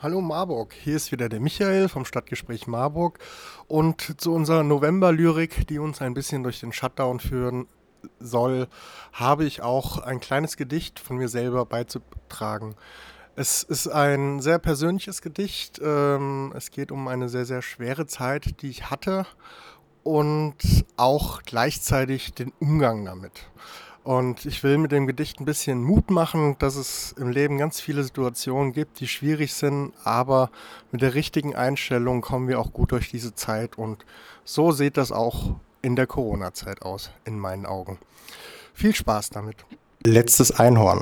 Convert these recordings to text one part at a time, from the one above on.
Hallo Marburg, hier ist wieder der Michael vom Stadtgespräch Marburg und zu unserer November-Lyrik, die uns ein bisschen durch den Shutdown führen soll, habe ich auch ein kleines Gedicht von mir selber beizutragen. Es ist ein sehr persönliches Gedicht. Es geht um eine sehr, sehr schwere Zeit, die ich hatte und auch gleichzeitig den Umgang damit. Und ich will mit dem Gedicht ein bisschen Mut machen, dass es im Leben ganz viele Situationen gibt, die schwierig sind, aber mit der richtigen Einstellung kommen wir auch gut durch diese Zeit. Und so sieht das auch in der Corona-Zeit aus, in meinen Augen. Viel Spaß damit. Letztes Einhorn.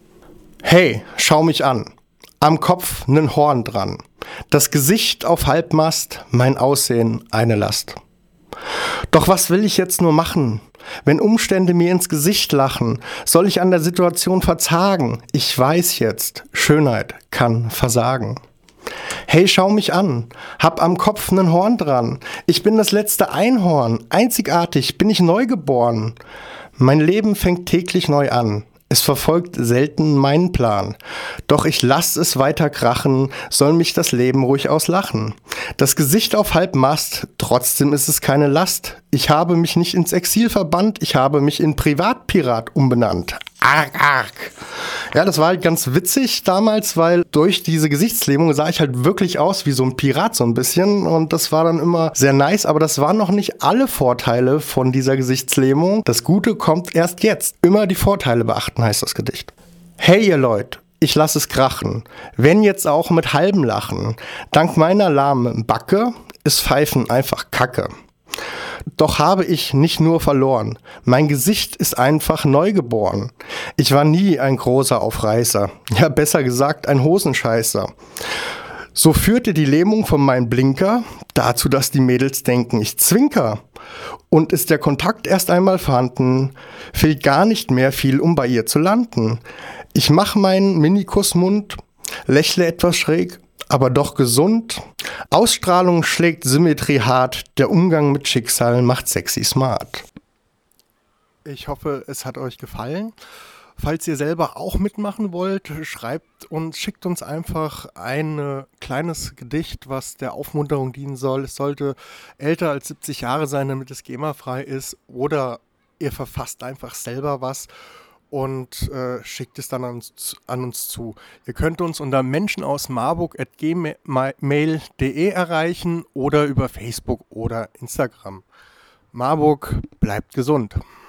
Hey, schau mich an. Am Kopf nen Horn dran. Das Gesicht auf Halbmast, mein Aussehen eine Last. Doch was will ich jetzt nur machen? Wenn Umstände mir ins Gesicht lachen, soll ich an der Situation verzagen? Ich weiß jetzt, Schönheit kann versagen. Hey, schau mich an, hab am Kopf nen Horn dran. Ich bin das letzte Einhorn, einzigartig bin ich neugeboren. Mein Leben fängt täglich neu an. Es verfolgt selten meinen Plan. Doch ich lass es weiter krachen, soll mich das Leben ruhig auslachen. Das Gesicht auf Halbmast, trotzdem ist es keine Last. Ich habe mich nicht ins Exil verbannt, ich habe mich in Privatpirat umbenannt. Arg, arg. Ja, das war halt ganz witzig damals, weil durch diese Gesichtslähmung sah ich halt wirklich aus wie so ein Pirat so ein bisschen und das war dann immer sehr nice, aber das waren noch nicht alle Vorteile von dieser Gesichtslähmung. Das Gute kommt erst jetzt. Immer die Vorteile beachten, heißt das Gedicht. Hey ihr Leute, ich lass es krachen, wenn jetzt auch mit halbem Lachen. Dank meiner lahmen Backe ist Pfeifen einfach Kacke. Doch habe ich nicht nur verloren, mein Gesicht ist einfach neugeboren. Ich war nie ein großer Aufreißer, ja besser gesagt ein Hosenscheißer. So führte die Lähmung von meinem Blinker dazu, dass die Mädels denken, ich zwinker. Und ist der Kontakt erst einmal vorhanden, fehlt gar nicht mehr viel, um bei ihr zu landen. Ich mach meinen Minikussmund, lächle etwas schräg, aber doch gesund. Ausstrahlung schlägt Symmetrie hart, der Umgang mit Schicksal macht sexy smart. Ich hoffe, es hat euch gefallen. Falls ihr selber auch mitmachen wollt, schickt uns einfach ein kleines Gedicht, was der Aufmunterung dienen soll. Es sollte älter als 70 Jahre sein, damit es GEMA-frei ist. Oder ihr verfasst einfach selber was und schickt es dann an uns zu. Ihr könnt uns unter menschenausmarburg@gmail.de erreichen oder über Facebook oder Instagram. Marburg bleibt gesund.